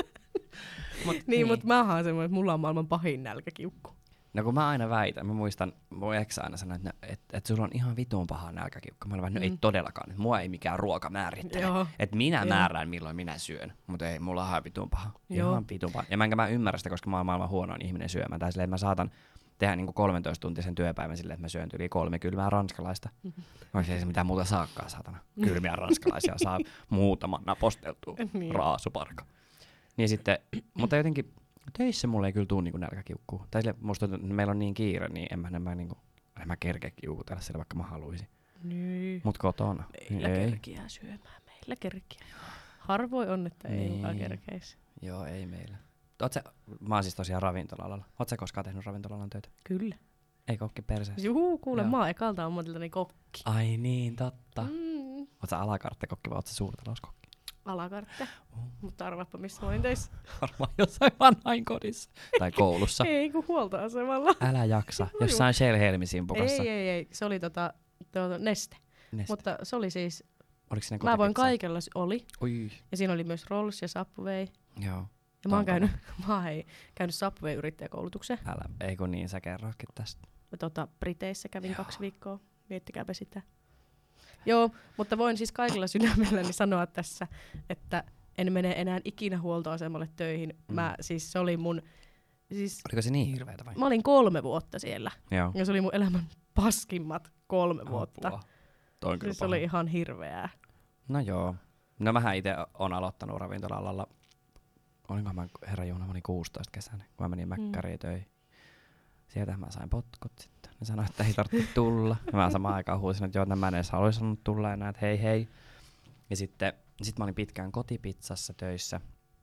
Mut, niin, niin. mutta mä oon semmoinen, että mulla on maailman pahin nälkäkiukku. No kun mä aina väitän, mä muistan, mun eksä aina sanoi, että et, et sulla on ihan vitun paha nälkäkiukku. Mä olin vaan, no mm. ei todellakaan, että mua ei mikään ruoka määrittele. Että minä Joo. määrään, milloin minä syön, mutta ei, mulla on ihan vitun paha. Joo. Ihan vitun paha. Ja mä enkä mä ymmärrä sitä, koska mä oon maailman huonoin ihminen syömään. Tai silleen, että mä saatan tehdä niinku kolmetoista tuntisen työpäivän silleen, että mä syön yli kolme kylmää ranskalaista. Mm-hmm. Oikein ei se mitään muuta saakkaan, saatana. Kylmiä ranskalaisia saa muutaman naposteltua niin. raasuparka. Niin sitten, mutta jotenkin töissä mulle ei kyllä tuu niinku nälkäkiukkuu. Tai sille, musta tuntuu, että meillä on niin kiire, niin en mä, en mä, niinku, en mä kerkeä kiukutella siellä, vaikka mä haluaisin. Niin. Mut kotona. Meillä niin kerkiää syömään, meillä kerkiää. Harvoin on, että niin. ei mukaan kerkeisi. Joo, ei meillä. Oot sä, mä oon siis tosiaan ravintola-alalla. Oot sä koskaan tehnyt ravintola-alan töitä? Kyllä. Ei kokki perseessä? Juu, kuule, Joo. mä oon ekalta ammatiltani kokki. Ai niin, totta. Mm. Oot sä alakarttekokki vai oot sä suurtalouskokki? Alakartte, uh. mutta arvaappa missä mä olin töissä. Varmaan jossain vanhainkodissa. Tai koulussa. Ei, kun huoltoasemalla. Älä jaksa. Jossain Shell-Helmi-simpukassa. Ei, ei, ei. Se oli tota, tota neste. neste. Mutta se oli siis... Oliko siinä mä voin kaikella, oli. Oi. Ja siinä oli myös Rolls ja Subway. Joo. Ja mä oon käynyt, mä oon hei, käynyt Subway-yrittäjäkoulutuksen. Älä, ei kun niin, sä kerroitkin tästä. Tota, Briteissä kävin Joo. kaksi viikkoa. Miettikääpä sitä. Joo, mutta voin siis kaikilla sydämelläni sanoa tässä, että en mene enää ikinä huoltoasemalle töihin. Mm. Mä, siis se oli mun... Siis, oliko se niin hirveetä vai? Mä olin kolme vuotta siellä. Joo. Ja se oli mun elämän paskimmat kolme Apua. vuotta. Toi on kyllä siis se oli ihan hirveää. No joo. No mähän itse on aloittanut ravintola-alalla. Olinkohan mä, herra Juuna, mä olin kuusitoista kesänä, kun mä menin Mäkkäriin mm. töihin. Sieltä mä sain potkut sitten. Ne sanoi, että ei tarvitse tulla. Ja mä samaan aikaan huusin, että joo, että mä en edes haluaisi sanonut tulla enää, että hei hei. Ja sitten sit mä olin pitkään kotipizzassa töissä.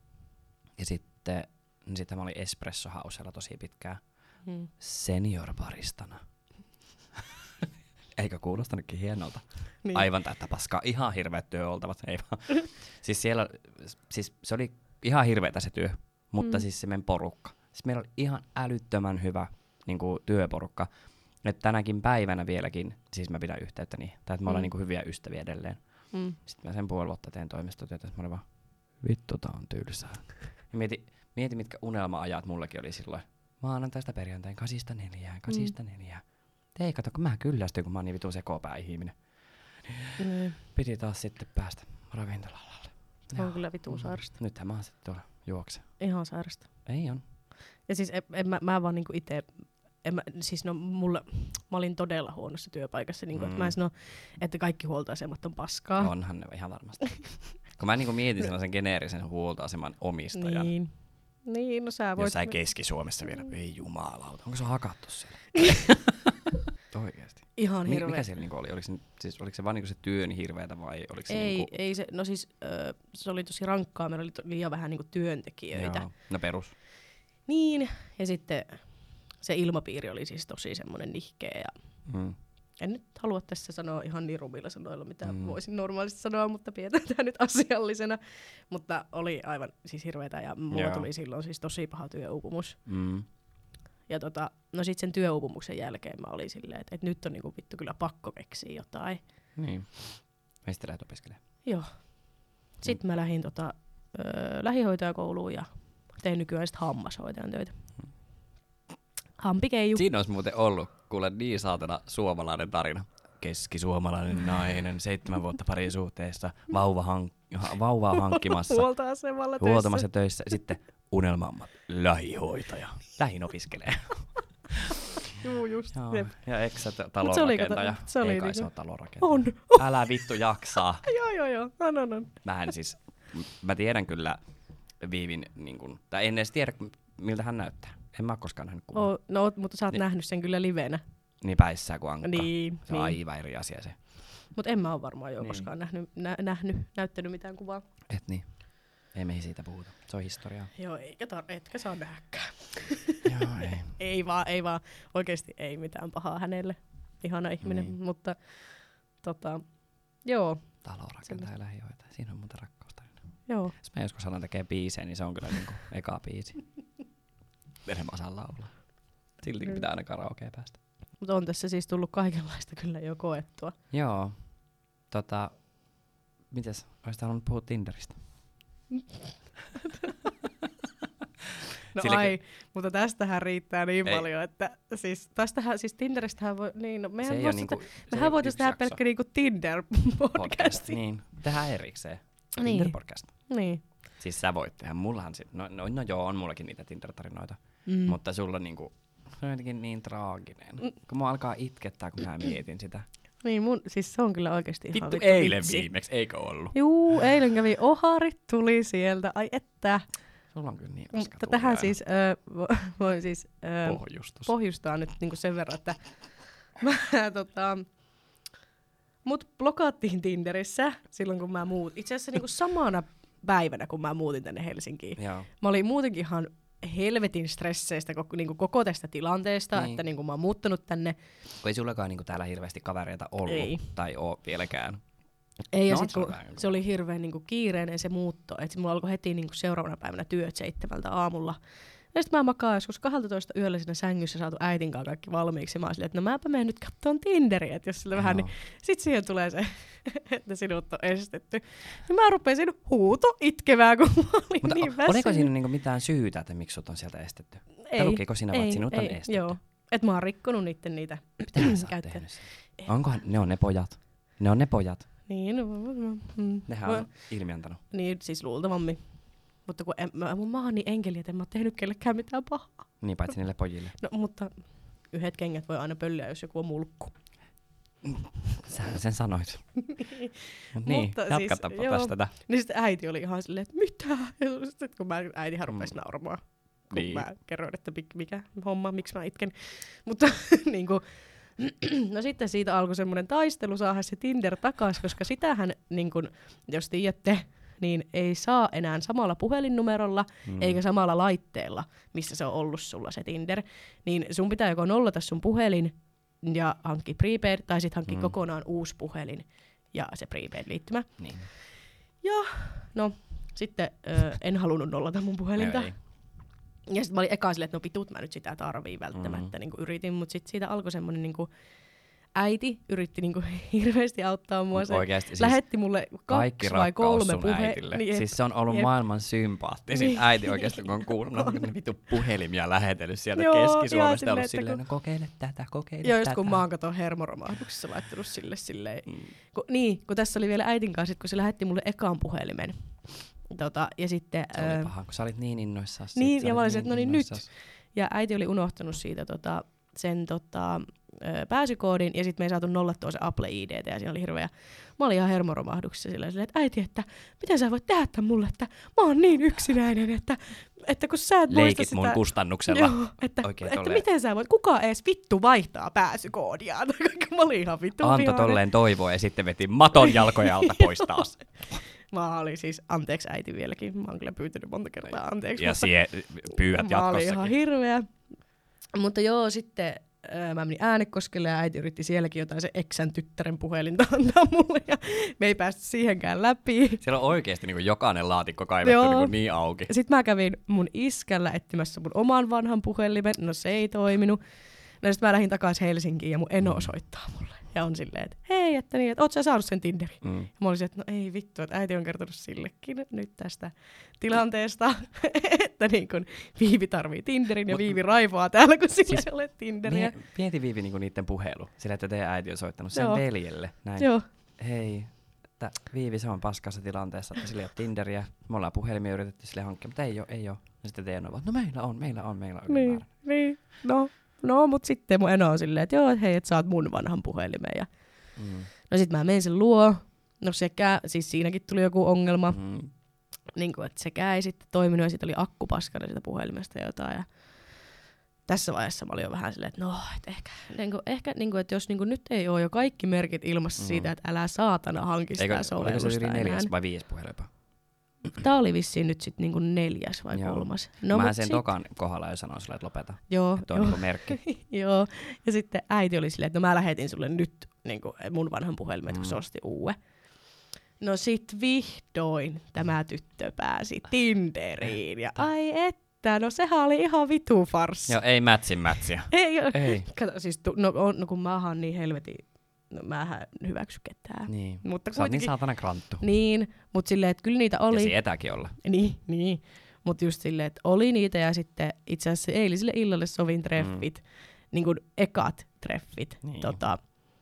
Ja sitten sit mä olin Espresso Housella tosi pitkään. Mm. Senior-baristana. Eikö kuulostanutkin hienolta? Niin. Aivan täyttä paskaa. Ihan hirveät työoltavat. Ei vaan. siis siellä, siis se oli ihan hirveetä se työ, mutta mm. siis se meidän porukka. Siis meillä oli ihan älyttömän hyvä niin kuin, työporukka. Et tänäkin päivänä vieläkin, siis mä pidän yhteyttä niihin. Tai että me mm. ollaan niin kuin, hyviä ystäviä edelleen. Mm. Sitten mä sen puoli vuotta teen toimistotyötä, että mä olin vaan, vittu tää on tylsää. Ja mieti, mieti, mitkä unelma-ajat mullekin oli silloin. Maanantaista perjantain, kasista neljään, kasista mm. neljään. Ei kato, kun mä kyllästyin, kun mä oon niin vitun sekopää-ihminen. Mm. Piti taas sitten päästä ravintola-alalle. Se on kyllä vitun sairasta. Nythän mä oon sitten tuolla juokse. Ihan sairasta. Ei on. Ja siis en, en mä, mä vaan niinku ite, en mä, siis no mulla, mä olin todella huonossa työpaikassa, niinku, mm. että mä en sano, että kaikki huoltoasemat on paskaa. Onhan ne ihan varmasti. Kun mä niinku mietin sellaisen geneerisen huoltoaseman omistajan. Niin. Niin, no sä voit... Jossain Keski-Suomessa vielä. Ei jumalauta. Onko se hakattu siellä? Oikeesti. Ihan hirveä. Mikä siellä niinku oli? Oliko se, siis, oliko se vaan niinku se työn hirveätä vai oliko se ei, niinku... ei se, no siis ö, se oli tosi rankkaa, meillä oli to, liian vähän niinku työntekijöitä. Joo. No perus. Niin, ja sitten se ilmapiiri oli siis tosi semmoinen nihkeä. Ja mm. En nyt halua tässä sanoa ihan niin rumilla sanoilla, mitä mm. voisin normaalisti sanoa, mutta pidetään tämä nyt asiallisena. Mutta oli aivan siis hirveetä ja mulla Joo. tuli silloin siis tosi paha työuupumus. Mm. Ja tota, no sit sen työuupumuksen jälkeen mä olin silleen, että et nyt on niinku vittu kyllä pakko keksiä jotain. Niin. Ja sitten lähdit opiskelemaan. Joo. Sitten mm. mä lähdin tota, ö, lähihoitajakouluun ja tein nykyään sit hammashoitajan töitä. Mm. Hampikeiju. Siinä olisi muuten ollut, kuule, niin saatana suomalainen tarina. Keskisuomalainen nainen, seitsemän vuotta parisuhteessa, vauva hank- vauvaa hankkimassa. Huoltoasemalla töissä. Huoltamassa töissä. Sitten unelmammat, lähihoitaja. Lähin opiskelee. Juu, just. Joo. Ja eksä talonrakentaja. Se oli Ei kai niinku... se ole talonrakentaja. On. Älä vittu jaksaa. joo, joo, joo. On, on, on. Mähän siis, mä tiedän kyllä Viivin, niin kun, tai en edes tiedä, miltä hän näyttää. En mä ole koskaan nähnyt kuvaa. Oh, no, mutta sä oot niin. nähnyt sen kyllä livenä. Niin päissään kuin ankka. Niin, se on niin. aivan eri asia se. Mut en mä oo varmaan jo niin. koskaan nähnyt, nä- nähnyt, näyttänyt mitään kuvaa. Et niin. Ei meihin siitä puhuta. Se on historiaa. Joo, eikä tar- etkä saa nähdäkään. Joo, ei. ei vaan, ei vaan. Oikeesti ei mitään pahaa hänelle. Ihana ihminen, niin. mutta tota, joo. Talonrakentaja ja lähihoitaja. Siinä on muuta rakkaustarina. Joo. Jos mä joskus alan tekee biisejä, niin se on kyllä niinku eka biisi. En mä osaa laulaa. Siltikin pitää aina karaokeen päästä. Mutta on tässä siis tullut kaikenlaista kyllä jo koettua. Joo. Tota, mites? Olisit halunnut puhua Tinderistä? no Silläkin... ai, mutta tästähän riittää niin Ei. paljon, että siis tästähän, siis Tinderistähän voi, niin no mehän voisi niinku, mehän voitaisiin tehdä pelkkä niinku Tinder-podcast. Niin, tehdään erikseen. Niin. Tinder-podcast. Niin. Siis sä voit tehdä, mullahan sit, no, no, no joo, on mullakin niitä Tinder-tarinoita, mm. mutta sulla niinku, se on jotenkin niin traaginen, mm. kun mua alkaa itkettää, kun mä mietin sitä. Niin, mun, siis se on kyllä oikeesti ihan vittu eilen vitsi. Viimeksi, eikö ollut? Juu, eilen kävi oharit, tuli sieltä, ai että. Sulla on kyllä niin mutta tähän aina. Siis, äh, voin siis äh, pohjustaa nyt niinku sen verran, että mä tota... Mut blokattiin Tinderissä silloin, kun mä muutin. Itse asiassa niinku samana päivänä, kun mä muutin tänne Helsinkiin. Joo. Mä olin muutenkin ihan helvetin stresseistä koko, niinku koko tästä tilanteesta, niin. että niinku mä oon muuttanut tänne. Kun ei sullakaan niinku täällä hirveästi kavereita ollut, ei. Tai oo vieläkään. Ei, no, ja sit kun se oli hirveän niinku kiireinen se muutto, että mulla alkoi heti niinku seuraavana päivänä työt seitsemältä aamulla. Ja sit mä makaan joskus kaksitoista yöllä siinä sängyssä saatu äitin kanssa kaikki valmiiksi. Ja mä oon silleen, että no mäpä menen nyt kattoon Tinderiä, että jos sillä vähän, niin sit siihen tulee se, että sinut on estetty. Ja mä rupesin huuto itkevää, kun mä olin mutta niin väsynyt. Oliko siinä niinku mitään syytä, että miksi sut on sieltä estetty? Ei. Tai lukiko siinä vaan, että sinut ei, on estetty? Joo, että mä oon rikkonut niitten niitä käyttöön. Onkohan, ne on ne pojat. Ne on ne pojat. Niin, no, mm, nehän on ilmiantanut. Niin, siis luultavammin. Mutta kun en, mä, mun mä oon niin enkeli, että en mä oon tehnyt kellekään mitään pahaa. Niin, paitsi niille pojille. No, mutta yhdet kengät voi aina pölliä, jos joku on mulkku. Sähän sen sanoit. Mut niin, jatkatapa siis, tästä tätä. Niin sitten äiti oli ihan silleen, että mitä? Ja sitten kun mä, äitihän rupesi mm. nauramaan. Kun niin. mä kerroin, että mikä homma, miksi mä itken. Mutta niinku... No sitten siitä alkoi semmoinen taistelu saada se Tinder takas, koska sitähän, niin kun, jos tiedätte, niin ei saa enää samalla puhelinnumerolla mm. eikä samalla laitteella, missä se on ollut sulla se Tinder. Niin sun pitää joko nollata sun puhelin ja hankki prepaid, tai sitten hankki mm. kokonaan uusi puhelin ja se prepaid-liittymä. Niin. Ja no, sitten ö, en halunnut nollata mun puhelinta. Ei. Ja sitten mä olin eka silleen, että no pitut mä nyt sitä tarvii välttämättä, mm. niin kuin yritin, mutta sitten siitä alkoi semmoinen niin kuin äiti yritti niin kuin hirveästi auttaa mua. Se oikeasti, siis lähetti mulle kaksi vai kolme puhelimia. Niin, siis se on ollut jep. maailman sympaattisin niin. äiti oikeasti, kun on kuullut on. Vittu puhelimia lähetellyt sieltä Keski-Suomesta. Ollut silleen, no kokeile tätä, kokeile joo, tätä. Joo, kun mä oon kato hermoromahduksessa laittanut sille silleen. Mm. Kun, niin, kun tässä oli vielä äitin kanssa, kun se lähetti mulle ekaan puhelimen. Tota, ja sitten, se oli paha, kun sä olit niin innoissaan. Niin, ja mä olisin, että no niin nyt. Ja äiti oli unohtanut siitä tota, sen tota, ö, pääsykoodin, ja sitten me ei saatu nollattua se Apple I D, ja siinä oli hirveä. Mä olin ihan hermoromahduksessa silleen, silleen, että äiti, että miten sä voit tehdä tämän mulle, että mä oon niin yksinäinen, että, että kun sä et muista leikit sitä. mun kustannuksella. Joo, että, että miten sä voit, kuka edes vittu vaihtaa pääsykoodiaan. Mä olin ihan vittu Anto vihainen. tolleen toivoa ja sitten veti maton jalkojen alta pois taas. Mä olin siis, anteeksi äiti vieläkin, mä oon kyllä pyytänyt monta kertaa anteeksi. Ja sie pyydät jatkossakin. Mä olin jatkossakin. ihan hirveä. Mutta joo, sitten äh, mä menin Äänekoskelle ja äiti yritti sielläkin jotain se eksän tyttären puhelinta antaa mulle ja me ei päästy siihenkään läpi. Siellä on oikeesti niin jokainen laatikko kaivettu niin, niin auki. Sitten mä kävin mun iskällä etsimässä mun oman vanhan puhelimen, no se ei toiminut. No sit mä lähdin takaisin Helsinkiin ja mun eno mm. soittaa mulle. Ja on silleen, että hei, että niin, että oot sä saanut sen Tinderin? Mm. Ja mä olisin, että no ei vittu, että äiti on kertonut sillekin nyt tästä tilanteesta, että niin kun Viivi tarvii Tinderin ja Mut, Viivi raivoaa täällä, kun sillä siis ei ole Tinderiä. Mieti Viivi niinku niitten puhelu, sillä että teidän äiti on soittanut sen Joo. veljelle. Näin. Joo. Hei, että Viivi se on paskassa tilanteessa, että sillä ei ole Tinderiä. Me ollaan puhelimia yritetty sille hankkia, mutta ei ole, ei ole. Ja sitten teidän on vaan, no meillä on, meillä on, meillä on. Niin, niin, no. No, mut sitten mun eno on silleen, että joo, et hei, että saat mun vanhan puhelimen. Ja mm. No sit mä menin sen luo. No sekä, siis siinäkin tuli joku ongelma. Mm. Niin kuin, että sekään ei sitten toiminut ja siitä oli akku paskana siitä puhelimesta jotain. Ja tässä vaiheessa mä olin jo vähän silleen, että no, et ehkä, niin kuin, ehkä niin kuin, että jos niin kuin, nyt ei ole jo kaikki merkit ilmassa mm. siitä, että älä saatana hanki sitä sovellusta. Oliko se yli neljäs vai viides puhelinpa? Tää oli vissiin nyt sit niinku neljäs vai Joo. kolmas. No, mä sen sit... tokan kohdalla jo sanoin sulle, että lopeta. Joo. Että on niinku merkki. Joo. Ja sitten äiti oli silleen, että no mä lähetin sulle nyt niinku, mun vanhan puhelimen, mm. kun se osti uue. No sit vihdoin tämä tyttö pääsi Tinderiin. Ja ai että, no sehän oli ihan vitu farssi. Joo, ei mätsin mätsiä. ei, ei. Kato, siis tu, no, on, no kun mä oon niin helvetin... No mähän hyväksy ketään. Niin. Mutta sä oot niin saatana kranttu. Niin, mutta silleen, että kyllä niitä oli. Ja sietääkin olla. Niin, niin. Mutta just silleen, että oli niitä ja sitten itse asiassa eiliselle illalle sovin treffit. Mm. Niin kuin ekat treffit. Niin. Tota,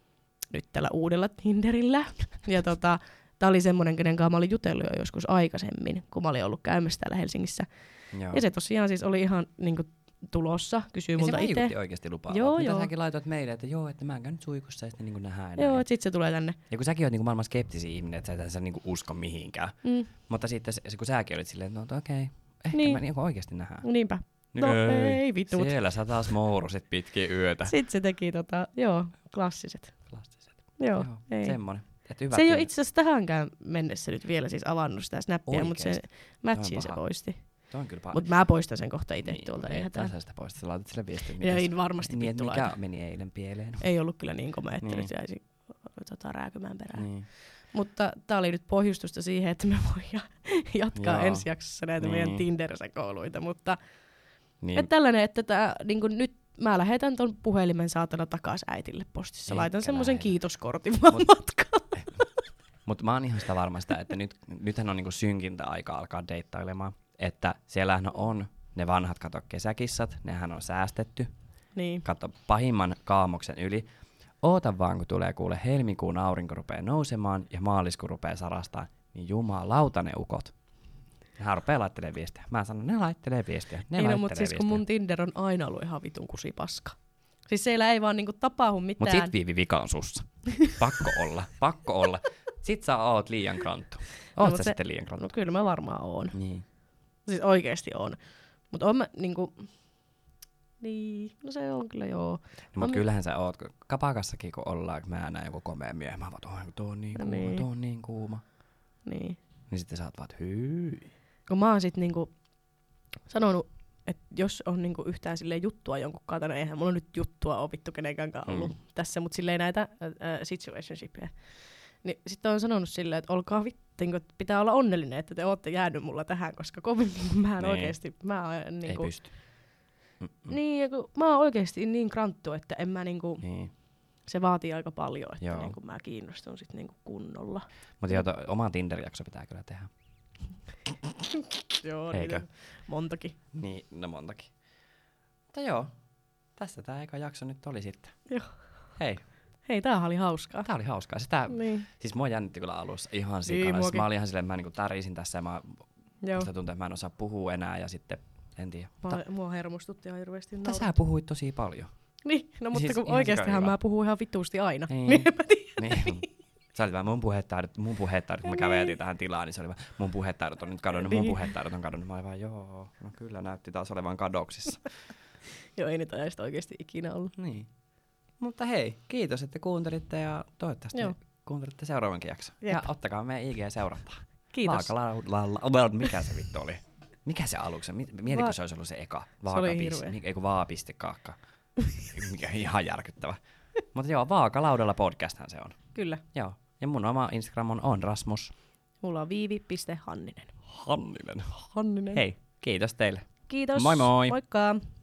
nyt tällä uudella Tinderillä. Ja tota, tää oli semmonen, kenen kanssa mä olin jutellut jo joskus aikaisemmin, kun mä olin ollut käymässä täällä Helsingissä. Joo. Ja se tosiaan siis oli ihan niinku tulossa, kysyy multa itse. Ja se oikeesti lupaa. Joo, mitä joo. säkin laitoit meille, että joo, että mä en käynyt suikussa ja sitten niin nähdään. Joo, että sit se tulee tänne. Ja kun säkin oot niin maailman skeptisiä ihminen, että sä et sä niin usko mihinkään. Mm. Mutta sitten se, kun säkin olit silleen, että no okei, okay, ehkä niin. mä niin oikeesti nähdään. Niinpä. No ei, ei vittu. Siellä sä taas mourusit pitkin yötä. Sitten se teki tota, joo, klassiset. Klassiset. Joo, joo ei. Semmonen. Se ei ole itse asiassa tähänkään mennessä nyt vielä siis avannut sitä snappia, mutta se matchiin se poisti. Mutta mä poistan sen kohta itse niin, tuolta. Ei tässä sitä poista, sä laitat sille viestin. Ja ei varmasti niin, vittu mikä laita. meni eilen pieleen. Ei ollut kyllä niin komea, että niin. nyt jäisi tota, rääkymään perään. Niin. Mutta tää oli nyt pohjustusta siihen, että me voidaan jatkaa Joo. ensi jaksossa näitä niin. meidän Tinder-sekoiluita. Mutta niin. et tällainen, että tää, niin kun nyt mä lähetän ton puhelimen saatana takas äitille postissa. Eikä laitan semmoisen kiitoskortin vaan Mut, matkalle. Mutta mä oon ihan sitä varma sitä, että nyt, nythän on niinku synkintä aika alkaa deittailemaan. Että siellähän on ne vanhat, kato, kesäkissat, nehän on säästetty. Niin. Kato, pahimman kaamoksen yli. Oota vaan, kun tulee kuule helmikuun aurinko rupeaa nousemaan ja maaliskuu rupeaa sarastaa, niin jumalauta ne ukot. Nehän rupeaa laittelemaan viestiä. Mä sanon, ne laittelee viestiä. Ne ei no, mutta siis kun mun Tinder on aina ollut ihan vitun kusipaska. Siis siellä ei vaan niinku tapahdu mitään. Mut sit Viivi vika on sussa. Pakko olla, pakko olla. Sit sä oot liian kranttu. Oot no, sä se, sitten liian kranttu? No kyllä mä varmaan oon. Niin. Siis oikeesti on. Mut on mä niinku... Niin, no se on kyllä joo. No, mut kyllähän sä oot, kapakassakin kun ollaan, kun mä näen joku komea miehen, mä vaan, tuo on niin kuuma, niin. tuo on niin kuuma. Niin. Niin sitten sä oot vaan, hyi. Kun mä oon sit niinku sanonut, että jos on niinku yhtään silleen juttua jonkun katana, eihän mulla nyt juttua ole vittu kenenkään ollut mm. tässä, mut silleen näitä äh, situationshipia. Niin sitten on sanonut silleen, että olkaa vittu, että pitää olla onnellinen, että te ootte jäänyt mulla tähän, koska kovin niin mä en niin. oikeesti, mä oon niinku... Ei pysty. Mm-mm. Niin, ja kun mä oon oikeesti niin kranttu, että en mä niinku... Niin. Se vaatii aika paljon, että niinku mä kiinnostun sit niinku kunnolla. Mutta joo, oma Tinder-jakso pitää kyllä tehdä. Joo, niitä montakin. Niin, no montakin. Mutta joo, tässä tää eka jakso nyt oli sitten. Joo. Hei. Hei, tää oli hauskaa. Tää oli hauskaa. Sitä, niin. Siis mua jännitti kyllä alussa ihan sikana. Niin, mä olin ihan silleen, mä niinku tärisin tässä ja mä, musta tuntuu, että mä en osaa puhua enää ja sitten en tiedä. Mä, Ta- mua hermostutti ihan hirveästi. Sä puhuit tosi paljon. Niin, no mutta Siis kun ihan oikeastihan sikahyvä. mä puhun ihan vituusti aina. Niin. Niin en mä tiedä. Niin. Se oli vaan mun puhetaidot, mun puhetaidot, kun me käveltiin tähän tilaan, niin se oli vaan, mun puhetaidot on nyt kadonnut, mun Niin. puhetaidot on kadonnut. Mä olin vaan, joo, no kyllä näytti taas olevan kadoksissa. Joo, ei niitä ajasta oikeasti ikinä ollut. Niin. Mutta hei, kiitos, että kuuntelitte ja toivottavasti Joo. kuuntelitte seuraavankin jakson. Jep. Ja ottakaa meidän I G-seurantaa. Kiitos. Vaakalaudalla. Mikä se vittu oli? Mikä se aluksi? Mietitkö Va- se olisi ollut se eka? Se oli Vaakapis. hirveä. Ei kun vaa.kaakka. Mikä ihan järkyttävä. Mutta joo, Vaakalaudalla podcasthan se on. Kyllä. Joo. Ja mun oma Instagram on, on Rasmus. Mulla on viivi piste hanninen. Hanninen. Hanninen. Hei, kiitos teille. Kiitos. Moi moi. Moikka.